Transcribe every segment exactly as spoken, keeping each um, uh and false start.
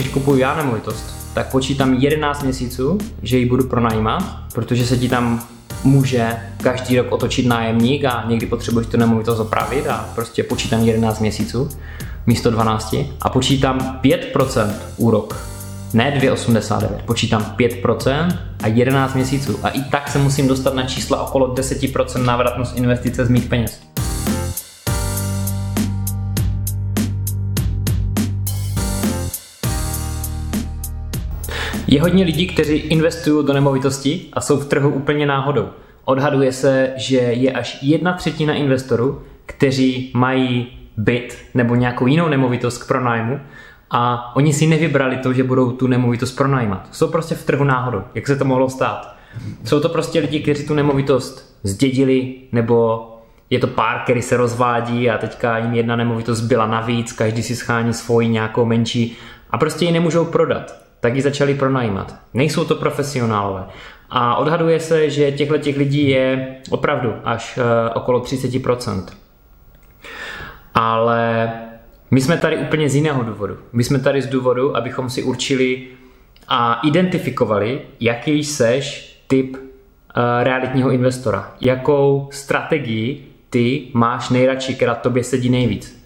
Když kupuju já nemovitost, tak počítám jedenáct měsíců, že ji budu pronajímat, protože se ti tam může každý rok otočit nájemník a někdy potřebuješ tu nemovitost opravit a prostě počítám jedenáct měsíců místo dvanáct a počítám pět procent úrok. Ne dvě osmdesát devět, počítám pět procent a jedenáct měsíců a i tak se musím dostat na čísla okolo deset procent návratnost investice z mých peněz. Je hodně lidí, kteří investují do nemovitosti a jsou v trhu úplně náhodou. Odhaduje se, že je až jedna třetina investorů, kteří mají byt nebo nějakou jinou nemovitost k pronájmu a oni si nevybrali to, že budou tu nemovitost pronajímat. Jsou prostě v trhu náhodou. Jak se to mohlo stát? Jsou to prostě lidi, kteří tu nemovitost zdědili, nebo je to pár, který se rozvádí a teďka jim jedna nemovitost byla navíc, každý si schání svoji nějakou menší a prostě ji nemůžou prodat. Tak ji začali pronajímat. Nejsou to profesionálové. A odhaduje se, že těchto těch lidí je opravdu až uh, okolo třicet procent. Ale my jsme tady úplně z jiného důvodu. My jsme tady z důvodu, abychom si určili a identifikovali, jaký seš typ uh, realitního investora. Jakou strategii ty máš nejradši, která tobě sedí nejvíc.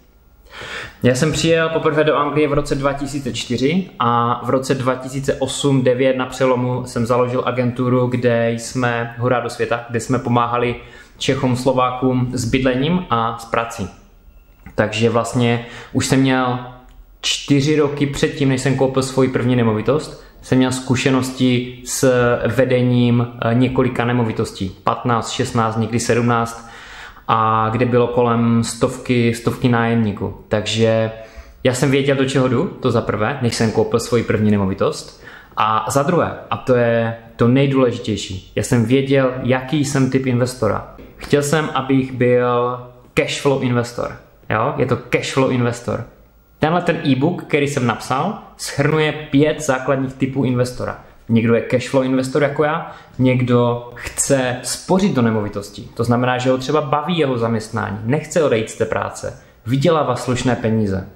Já jsem přijel poprvé do Anglie v roce dva tisíce čtyři a v roce dva tisíce osm devět na přelomu jsem založil agenturu, kde jsme, hurá do světa, kde jsme pomáhali Čechům, Slovákům s bydlením a s prací. Takže vlastně už jsem měl čtyři roky předtím, než jsem koupil svoji první nemovitost, jsem měl zkušenosti s vedením několika nemovitostí, patnáct, šestnáct, někdy sedmnáct, a kde bylo kolem stovky, stovky nájemníků. Takže já jsem věděl, do čeho jdu, to za prvé, než jsem koupil svoji první nemovitost. A za druhé, a to je to nejdůležitější, já jsem věděl, jaký jsem typ investora. Chtěl jsem, abych byl cashflow investor. Jo? Je to cashflow investor. Tenhle ten e-book, který jsem napsal, shrnuje pět základních typů investora. Někdo je cashflow investor jako já, někdo chce spořit do nemovitosti. To znamená, že ho třeba baví jeho zaměstnání, nechce odejít z té práce, vydělává slušné peníze.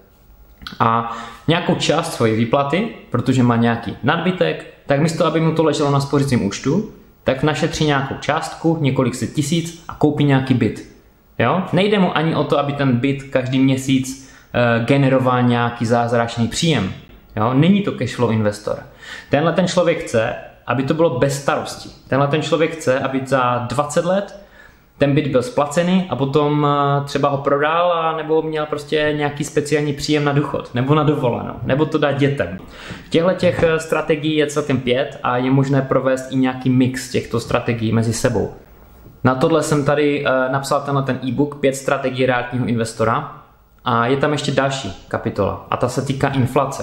A nějakou část svojí výplaty, protože má nějaký nadbytek, tak místo, aby mu to leželo na spořicím účtu, tak našetří nějakou částku, několik set tisíc a koupí nějaký byt. Jo? Nejde mu ani o to, aby ten byt každý měsíc e, generoval nějaký zázračný příjem. Jo? Není to cashflow investor. Tenhle ten člověk chce, aby to bylo bez starosti. Tenhle ten člověk chce, aby za dvacet let ten byt byl splacený a potom třeba ho prodal a nebo měl prostě nějaký speciální příjem na důchod, nebo na dovolenou, nebo to dát dětem. Těchto těch strategií je celkem pět a je možné provést i nějaký mix těchto strategií mezi sebou. Na tohle jsem tady napsal tenhle ten e-book pět strategií realitního investora a je tam ještě další kapitola a ta se týká inflace.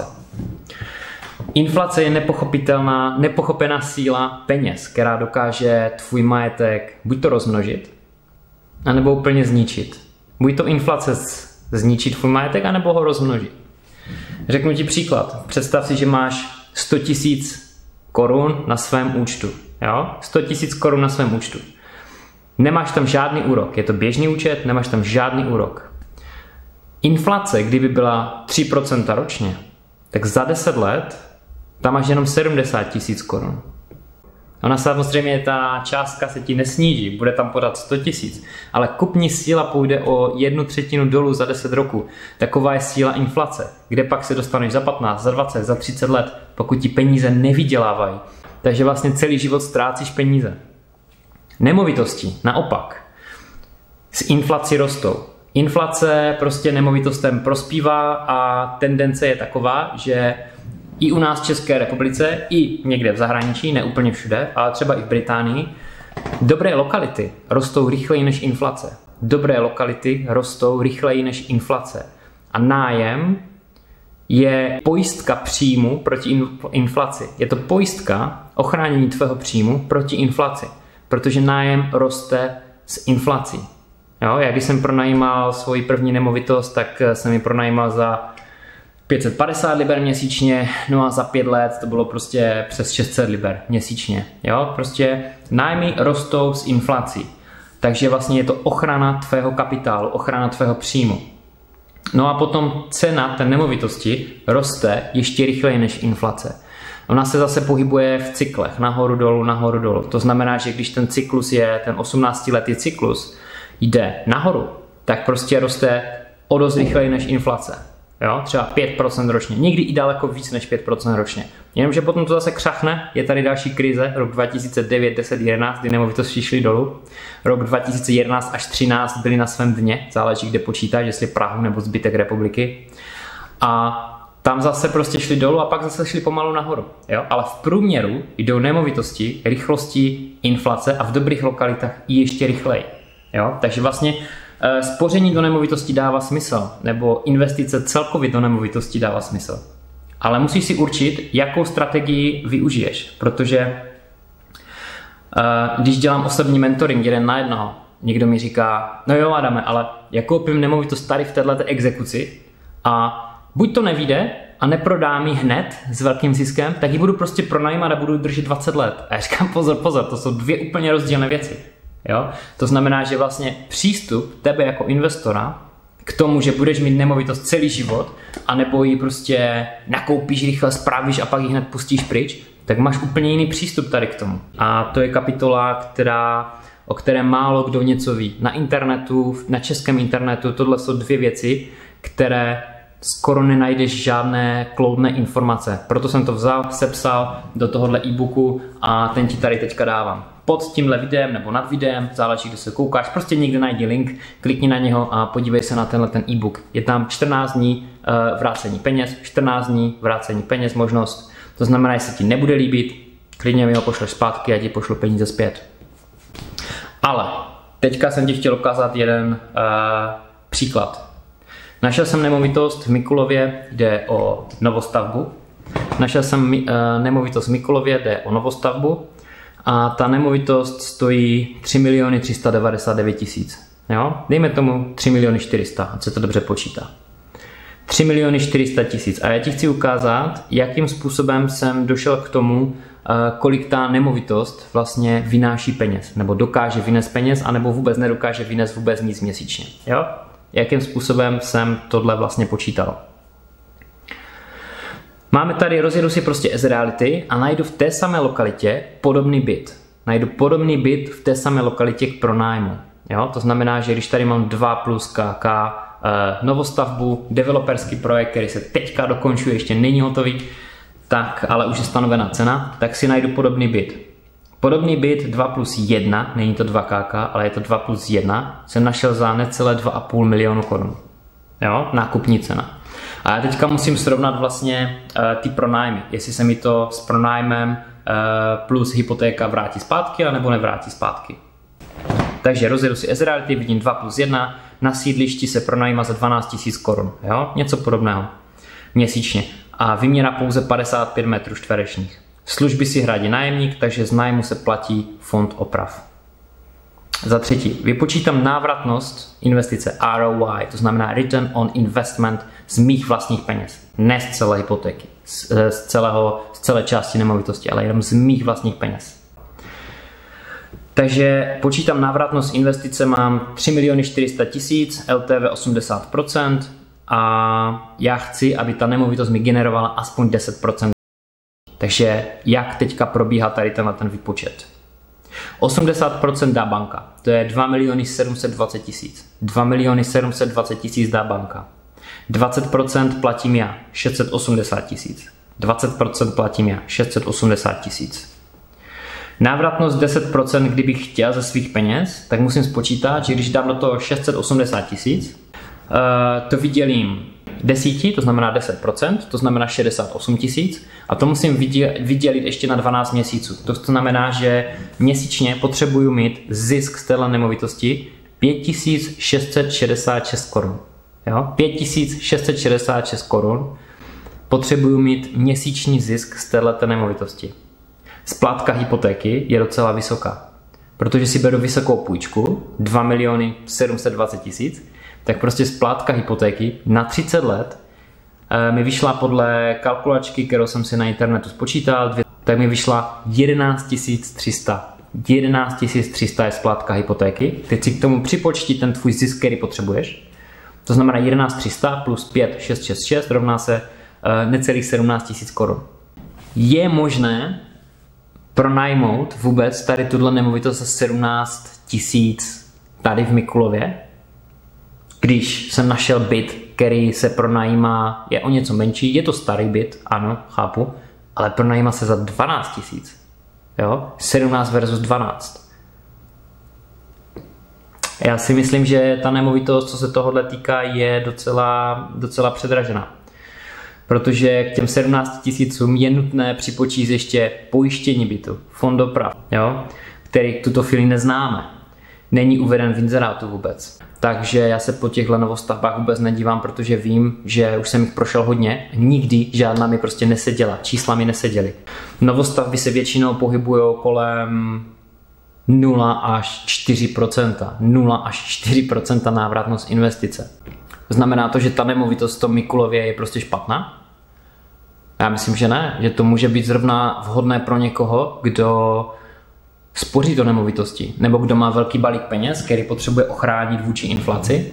Inflace je nepochopitelná, nepochopená síla peněz, která dokáže tvůj majetek buď to rozmnožit, anebo úplně zničit. Buď to inflace zničit tvůj majetek, anebo ho rozmnožit. Řeknu ti příklad. Představ si, že máš sto tisíc korun na svém účtu. Jo? sto tisíc korun na svém účtu. Nemáš tam žádný úrok. Je to běžný účet, nemáš tam žádný úrok. Inflace, kdyby byla tři procenta ročně, tak za deset let tam máš jenom sedmdesát tisíc korun. Ona samozřejmě, ta částka se ti nesníží, bude tam podat sto tisíc, ale kupní síla půjde o jednu třetinu dolů za deset roků. Taková je síla inflace, kde pak se dostaneš za patnáct, za dvacet, za třicet let, pokud ti peníze nevydělávají. Takže vlastně celý život ztrácíš peníze. Nemovitosti, naopak, s inflací rostou. Inflace prostě nemovitostem prospívá a tendence je taková, že i u nás v České republice, i někde v zahraničí, ne úplně všude, ale třeba i v Británii, dobré lokality rostou rychleji než inflace. Dobré lokality rostou rychleji než inflace. A nájem je pojistka příjmu proti inflaci. Je to pojistka ochránění tvého příjmu proti inflaci, protože nájem roste s inflací. Jo, já když jsem pronajímal svoji první nemovitost, tak jsem ji pronajímal za pět set padesát liber měsíčně, no a za pět let to bylo prostě přes šest set liber měsíčně. Jo, prostě nájmy rostou s inflací. Takže vlastně je to ochrana tvého kapitálu, ochrana tvého příjmu. No a potom cena té nemovitosti roste ještě rychleji než inflace. Ona se zase pohybuje v cyklech, nahoru dolů, nahoru dolů. To znamená, že když ten cyklus je, ten osmnáctiletý cyklus jde nahoru, tak prostě roste o dost rychleji než inflace. Jo? Třeba pět procent ročně, někdy i daleko víc než pět procent ročně. Jenomže potom to zase křachne, je tady další krize, rok dva tisíce devět, deset, jedenáct, kdy nemovitosti šly dolů. Rok dva tisíce jedenáct až třináct byly na svém dně, záleží kde počítáš, jestli Prahu nebo zbytek republiky. A tam zase prostě šli dolů a pak zase šli pomalu nahoru. Jo? Ale v průměru jdou nemovitosti rychlostí inflace a v dobrých lokalitách i ještě rychleji. Jo? Takže vlastně spoření do nemovitosti dává smysl, nebo investice celkově do nemovitosti dává smysl. Ale musíš si určit, jakou strategii využiješ, protože když dělám osobní mentoring jeden na jednoho, někdo mi říká, no jo Adame, ale já koupím nemovitost tady v této exekuci a buď to nevyjde a neprodám ji hned s velkým ziskem, tak ji budu prostě pronajímat a budu držet dvacet let. A já říkám pozor, pozor, to jsou dvě úplně rozdílné věci. Jo? To znamená, že vlastně přístup tebe jako investora k tomu, že budeš mít nemovitost celý život, anebo ji prostě nakoupíš rychle, spravíš a pak ji hned pustíš pryč, tak máš úplně jiný přístup tady k tomu. A to je kapitola, která, o které málo kdo něco ví. Na internetu, na českém internetu, tohle jsou dvě věci, které skoro nenajdeš žádné kloudné informace. Proto jsem to vzal, sepsal do tohohle e-booku a ten ti tady teďka dávám. Pod tímhle videem nebo nad videem, záleží, kde se koukáš, prostě někde najdi link, klikni na něho a podívej se na tenhle ten e-book. Je tam čtrnáct dní vrácení peněz, čtrnáct dní vrácení peněz možnost. To znamená, jestli ti nebude líbit, klidně mi ho pošleš zpátky a ti pošlu peníze zpět. Ale teďka jsem ti chtěl ukázat jeden uh, příklad. Našel jsem nemovitost v Mikulově, jde o novostavbu. Našel jsem uh, nemovitost v Mikulově, jde o novostavbu. A ta nemovitost stojí tři miliony tři sta devadesát devět tisíc. Jo? Dejme tomu tři miliony čtyři sta, ať se to dobře počítá. tři miliony čtyři sta tisíc. A já ti chci ukázat, jakým způsobem jsem došel k tomu, kolik ta nemovitost vlastně vynáší peněz. Nebo dokáže vynést peněz, anebo vůbec nedokáže vynést vůbec nic měsíčně. Jo? Jakým způsobem jsem tohle vlastně počítal. Máme tady, rozjedu si prostě as reality a najdu v té samé lokalitě podobný byt. Najdu podobný byt v té samé lokalitě k pronájmu. Jo? To znamená, že když tady mám dva plus K K eh, novostavbu, developerský projekt, který se teďka dokončuje, ještě není hotový, tak, ale už je stanovená cena, tak si najdu podobný byt. Podobný byt dva plus jedna, není to dva K K, ale je to dva plus jedna, jsem našel za necelé dva a půl milionu korun. Jo? Nákupní cena. A já teďka musím srovnat vlastně uh, ty pronájmy, jestli se mi to s pronájmem uh, plus hypotéka vrátí zpátky, anebo nevrátí zpátky. Takže rozjedu si as reality, vidím dva plus jedna, na sídlišti se pronajímá za dvanáct tisíc korun, jo? Něco podobného měsíčně. A výměra pouze padesát pět metrů čtverečních. Služby si hradí nájemník, takže z nájmu se platí fond oprav. Za třetí, vypočítám návratnost investice R O I, to znamená Return on Investment z mých vlastních peněz. Ne z celé hypotéky, z, z, celého, z celé části nemovitosti, ale jenom z mých vlastních peněz. Takže počítám návratnost investice, mám tři miliony čtyři sta tisíc, L T V osmdesát procent a já chci, aby ta nemovitost mi generovala aspoň deset procent. Takže jak teďka probíhá tady tenhle ten výpočet? osmdesát procent dá banka, to je dva miliony sedm set dvacet tisíc. dva miliony sedm set dvacet tisíc dá banka. dvacet procent platím já, šest set osmdesát tisíc. dvacet procent platím já, šest set osmdesát tisíc. Návratnost deset procent, kdybych chtěl ze svých peněz, tak musím spočítat, že když dám do toho šest set osmdesát tisíc, to vydělím desíti, to znamená deset procent, to znamená šedesát osm tisíc a to musím vydělit ještě na dvanáct měsíců. To znamená, že měsíčně potřebuju mít zisk z téhle nemovitosti pět tisíc šest set šedesát šest korun. Jo? pět tisíc šest set šedesát šest korun potřebuju mít měsíční zisk z této nemovitosti. Splátka hypotéky je docela vysoká, protože si beru vysokou půjčku, dva miliony sedm set dvacet tisíc, tak prostě splátka hypotéky na třicet let e, mi vyšla podle kalkulačky, kterou jsem si na internetu spočítal, tak mi vyšla jedenáct tisíc tři sta. jedenáct tisíc tři sta je splátka hypotéky. Teď si k tomu připočti ten tvůj zisk, který potřebuješ. To znamená jedenáct tři sta plus pět šest šest šest rovná se uh, necelých sedmnáct tisíc korun. Je možné pronajmout vůbec tady tuhle nemovitost za sedmnáct tisíc tady v Mikulově, když jsem našel byt, který se pronajímá, je o něco menší, je to starý byt, ano, chápu, ale pronajímá se za dvanáct tisíc. Jo? sedmnáct versus dvanáct. Já si myslím, že ta nemovitost, co se tohohle týká, je docela, docela předražená. Protože k těm sedmnácti tisícům je nutné připočíst ještě pojištění bytu, fond doprav, jo? Který v tuto chvíli neznáme. Není uveden v inzerátu vůbec. Takže já se po těchto novostavbách vůbec nedívám, protože vím, že už jsem jich prošel hodně. Nikdy žádná mi prostě neseděla, čísla mi neseděly. Novostavby se většinou pohybují kolem nula až čtyři procenta. nula až čtyři procenta návratnost investice. Znamená to, že ta nemovitost v tom Mikulově je prostě špatná? Já myslím, že ne. Že to může být zrovna vhodné pro někoho, kdo spoří do nemovitosti, nebo kdo má velký balík peněz, který potřebuje ochránit vůči inflaci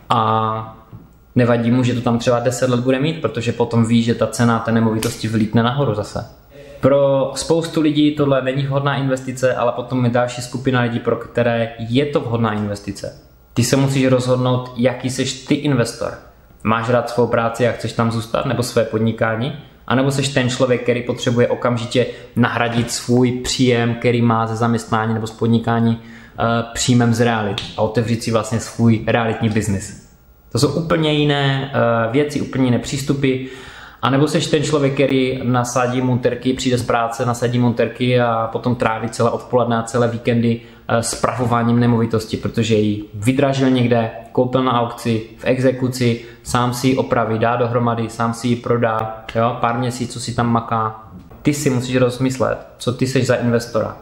a nevadí mu, že to tam třeba deset let bude mít, protože potom ví, že ta cena té nemovitosti vylítne nahoru zase. Pro spoustu lidí tohle není vhodná investice, ale potom je další skupina lidí, pro které je to vhodná investice. Ty se musíš rozhodnout, jaký seš ty investor. Máš rád svou práci a chceš tam zůstat, nebo své podnikání? A nebo seš ten člověk, který potřebuje okamžitě nahradit svůj příjem, který má ze zaměstnání nebo z podnikání příjmem z realit a otevřít si vlastně svůj realitní biznis. To jsou úplně jiné věci, úplně jiné přístupy. A nebo seš ten člověk, který nasadí monterky, přijde z práce, nasadí monterky a potom tráví celé odpoledne a celé víkendy spravováním nemovitosti, protože ji vydražil někde, koupil na aukci, v exekuci, sám si ji opraví, dá dohromady, sám si ji prodá, jo? Pár měsíců si tam maká. Ty si musíš rozmyslet, co ty seš za investora.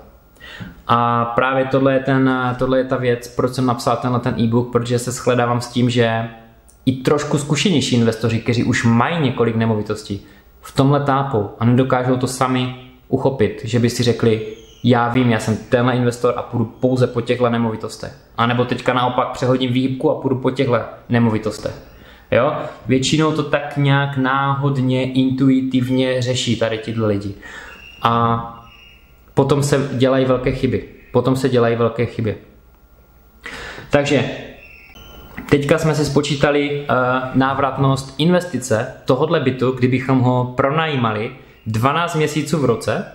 A právě tohle je, ten, tohle je ta věc, proč jsem napsal tenhle ten e-book, protože se shledávám s tím, že i trošku zkušenější investoři, kteří už mají několik nemovitostí, v tomhle tápou a nedokážou to sami uchopit, že by si řekli, já vím, já jsem tenhle investor a půjdu pouze po těchto nemovitostech. A nebo teďka naopak přehodím výhybku a půjdu po těchto nemovitostech. Jo? Většinou to tak nějak náhodně, intuitivně řeší tady tyhle lidi. A potom se dělají velké chyby. Potom se dělají velké chyby. Takže teďka jsme si spočítali uh, návratnost investice tohohle bytu, kdybychom ho pronajímali dvanáct měsíců v roce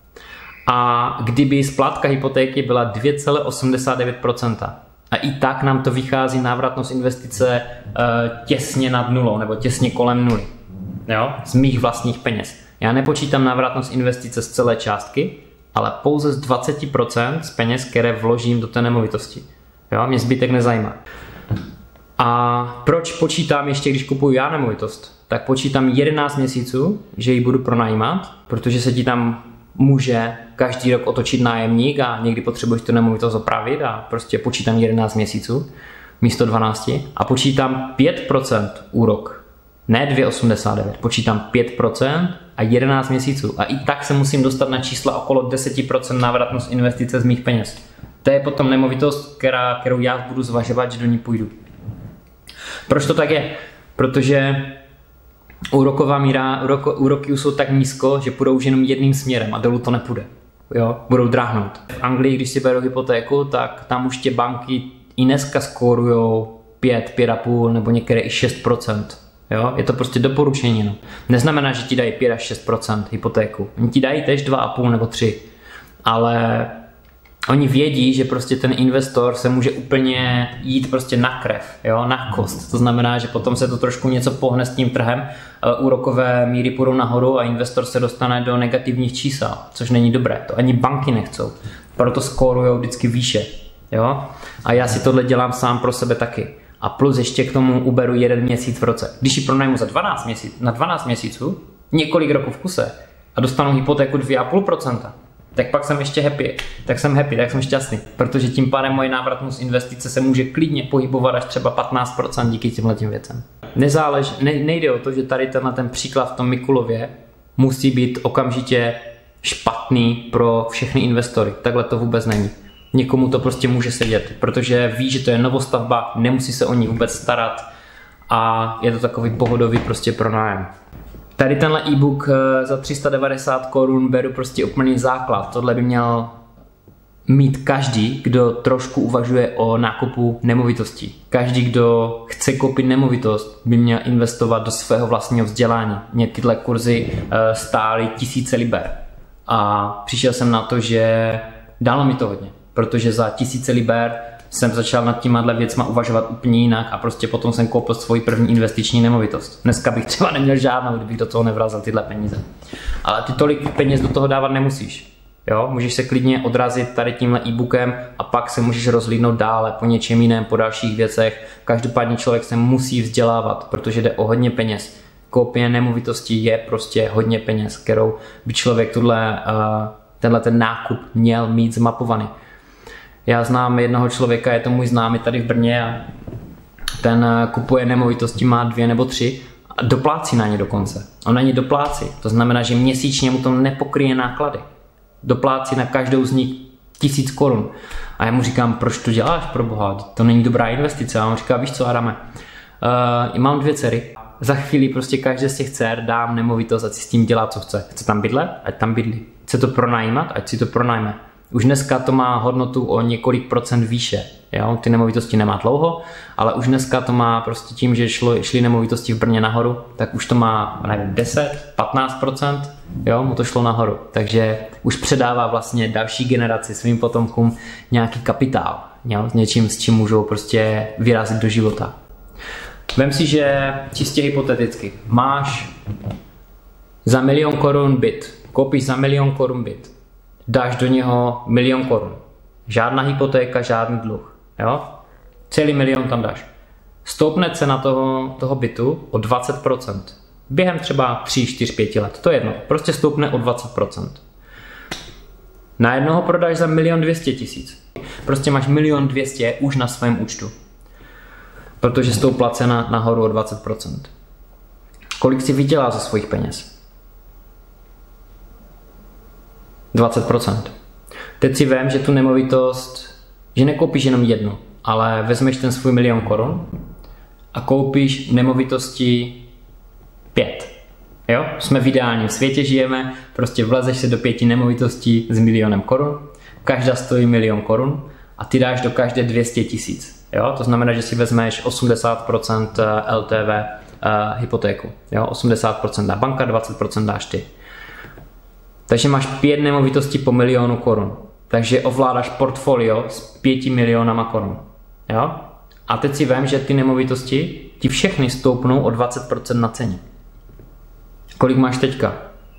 a kdyby splátka hypotéky byla dvě celá osmdesát devět procenta. A i tak nám to vychází návratnost investice uh, těsně nad nulou nebo těsně kolem nuly. Jo? Z mých vlastních peněz. Já nepočítám návratnost investice z celé částky, ale pouze z dvacet procent z peněz, které vložím do té nemovitosti. Jo? Mě zbytek nezajímá. A proč počítám ještě, když kupuju já nemovitost? Tak počítám jedenáct měsíců, že ji budu pronajímat, protože se ti tam může každý rok otočit nájemník a někdy potřebuješ tu nemovitost opravit a prostě počítám jedenáct měsíců místo dvanáct a počítám pět procent úrok. Ne dvě celá osmdesát devět, počítám pět procent a jedenáct měsíců. A i tak se musím dostat na čísla okolo deset procent návratnost investice z mých peněz. To je potom nemovitost, která, kterou já budu zvažovat, že do ní půjdu. Proč to tak je? Protože úroková míra, úroko, úroky už jsou tak nízko, že půjdou už jenom jedným směrem a dolů to nepůjde. Jo? Budou dráhnout. V Anglii, když si berou hypotéku, tak tam už tě banky i dneska skórujou pět, pět a půl nebo některé i šest procent. Jo? Je to prostě doporučení. No. Neznamená, že ti dají pět až šest procent hypotéku. Oni ti dají tež dva a půl nebo tři. Ale oni vědí, že prostě ten investor se může úplně jít prostě na krev, jo, na kost. To znamená, že potom se to trošku něco pohne s tím trhem, úrokové míry půjdou nahoru a investor se dostane do negativních čísel, což není dobré. To ani banky nechcou. Proto skórujou vždycky výše. Jo? A já si tohle dělám sám pro sebe taky. A plus ještě k tomu uberu jeden měsíc v roce. Když ji pronajmu za dvanáct měsíc, na dvanáct měsíců, několik roků v kuse a dostanu hypotéku dvě celá pět procenta, tak pak jsem ještě happy, tak jsem happy, tak jsem šťastný, protože tím pádem moje návratnost investice se může klidně pohybovat až třeba patnáct procent díky těmhletím věcem. Nezálež, ne, nejde o to, že tady tenhle ten příklad v tom Mikulově musí být okamžitě špatný pro všechny investory. Takhle to vůbec není. Někomu to prostě může sedět, protože ví, že to je novostavba, nemusí se o ní vůbec starat a je to takový pohodový prostě pronájem. Tady tenhle e-book za tři sta devadesát korun beru prostě úplný základ. Tohle by měl mít každý, kdo trošku uvažuje o nákupu nemovitostí. Každý, kdo chce koupit nemovitost, by měl investovat do svého vlastního vzdělání. Mě tyhle kurzy stály tisíce liber. A přišel jsem na to, že dalo mi to hodně, protože za tisíce liber jsem začal nad těma věcma uvažovat úplně jinak a prostě potom jsem koupil svoji první investiční nemovitost. Dneska bych třeba neměl žádnou, kdybych do toho nevrazil tyhle peníze. Ale ty tolik peněz do toho dávat nemusíš. Jo? Můžeš se klidně odrazit tady tímhle e-bookem a pak se můžeš rozhlídnout dále po něčem jiném, po dalších věcech. Každopádně člověk se musí vzdělávat, protože jde o hodně peněz. Koupě nemovitosti je prostě hodně peněz, kterou by člověk tuhle, uh, tenhle ten nákup měl mít zmapovaný. Já znám jednoho člověka, je to můj známý tady v Brně a ten kupuje nemovitosti, má dvě nebo tři a doplácí na ně dokonce. On na ně doplácí, to znamená, že měsíčně mu to nepokryje náklady. Doplácí na každou z nich tisíc korun. A já mu říkám, proč to děláš pro boha, to není dobrá investice. A on říká, víš co, Adame, uh, mám dvě dcery, za chvíli prostě každé z těch dcer dám nemovitost, ať si s tím dělá, co chce. Chce tam bydlet, ať tam bydlí. Chce to pronajímat, ať si to pronajme. Už dneska to má hodnotu o několik procent výše. Jo? Ty nemovitosti nemá dlouho, ale už dneska to má prostě tím, že šlo, šly nemovitosti v Brně nahoru, tak už to má, nevím, deset, patnáct procent, jo, mu to šlo nahoru. Takže už předává vlastně další generaci svým potomkům nějaký kapitál, jo? S něčím, s čím můžou prostě vyrazit do života. Vem si, že čistě hypoteticky máš za milion korun byt, koupíš za milion korun byt, dáš do něho milion korun. Žádná hypotéka, žádný dluh. Jo? Celý milion tam dáš. Stoupne cena toho, toho bytu o dvacet procent. Během třeba tři, čtyři, pět let. To je jedno. Prostě stoupne o dvacet procent. Na jednoho prodáš za milion dvěstě tisíc. Prostě máš milion dvěstě už na svém účtu. Protože stoupla cena nahoru o dvacet procent. Kolik si vydělá ze svých peněz? dvacet procent. Teď si vem, že tu nemovitost, že nekoupíš jenom jednu, ale vezmeš ten svůj milion korun a koupíš nemovitosti pět. Jo? Jsme v ideálním světě, žijeme, prostě vlezeš se do pěti nemovitostí s milionem korun, každá stojí milion korun a ty dáš do každé dvě stě tisíc. Jo? To znamená, že si vezmeš osmdesát procent L T V uh, hypotéku. Jo? osmdesát procent dá banka, dvacet procent dáš ty. Takže máš pět nemovitostí po milionu korun. Takže ovládáš portfolio s pěti milionama korun. Jo? A teď si vem, že ty nemovitosti ti všechny stoupnou o dvacet procent na ceně. Kolik máš teďka?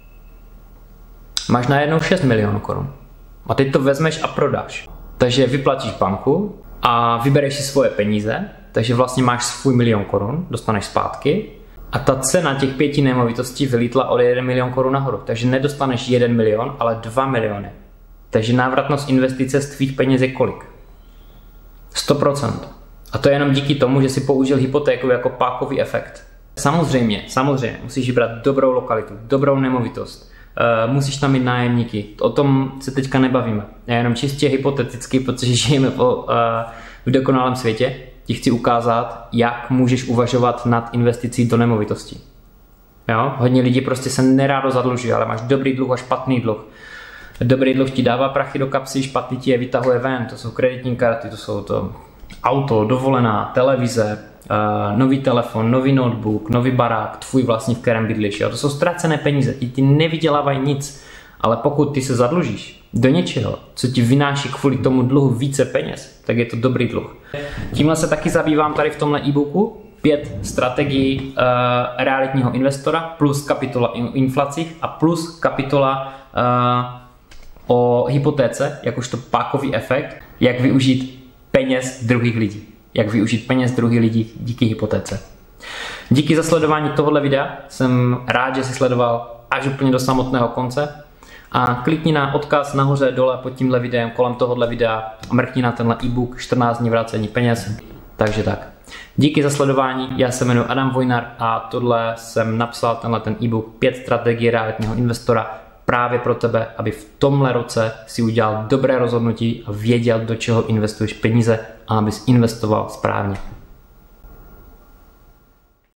Máš najednou šest milionů korun. A teď to vezmeš a prodáš. Takže vyplatíš banku a vybereš si svoje peníze, takže vlastně máš svůj milion korun, dostaneš zpátky a ta cena těch pěti nemovitostí vylítla o jeden milion korun nahoru. Takže nedostaneš jeden milion, ale dva miliony. Takže návratnost investice z tvých peněz je kolik? sto procent. A to je jenom díky tomu, že si použil hypotéku jako pákový efekt. Samozřejmě, samozřejmě, musíš vybrat dobrou lokalitu, dobrou nemovitost. Uh, musíš tam mít nájemníky. O tom se teďka nebavíme. Já jenom čistě hypoteticky, protože žijeme po, uh, v dokonalém světě, ti chci ukázat, jak můžeš uvažovat nad investicí do nemovitostí. Jo? Hodně lidí prostě se nerádo zadlužuje, ale máš dobrý dluh a špatný dluh. Dobrý dluh ti dává prachy do kapsy, špatný ti je vytahuje ven. To jsou kreditní karty, to jsou to auto, dovolená, televize, uh, nový telefon, nový notebook, nový barák, tvůj vlastní, v kterém bydlíš. Jo? To jsou ztracené peníze, ti, ti nevydělávají nic. Ale pokud ty se zadlužíš do něčeho, co ti vynáší kvůli tomu dluhu více peněz, tak je to dobrý dluh. Tímhle se taky zabývám tady v tomhle e-booku. Pět strategií uh, realitního investora plus kapitola o inflacích a plus kapitola uh, o hypotéce, jakožto pákový efekt, jak využít peněz druhých lidí. Jak využít peněz druhých lidí díky hypotéce. Díky za sledování tohoto videa, jsem rád, že jsi sledoval až úplně do samotného konce. A klikni na odkaz nahoře dole pod tímhle videem, kolem tohohle videa a mrkni na tenhle e-book čtrnáct dní vrácení peněz. Takže tak. Díky za sledování, já se jmenuji Adam Vojnar a tohle jsem napsal tenhle ten e-book pět strategií realitního investora právě pro tebe, aby v tomhle roce si udělal dobré rozhodnutí a věděl, do čeho investuješ peníze a abys investoval správně.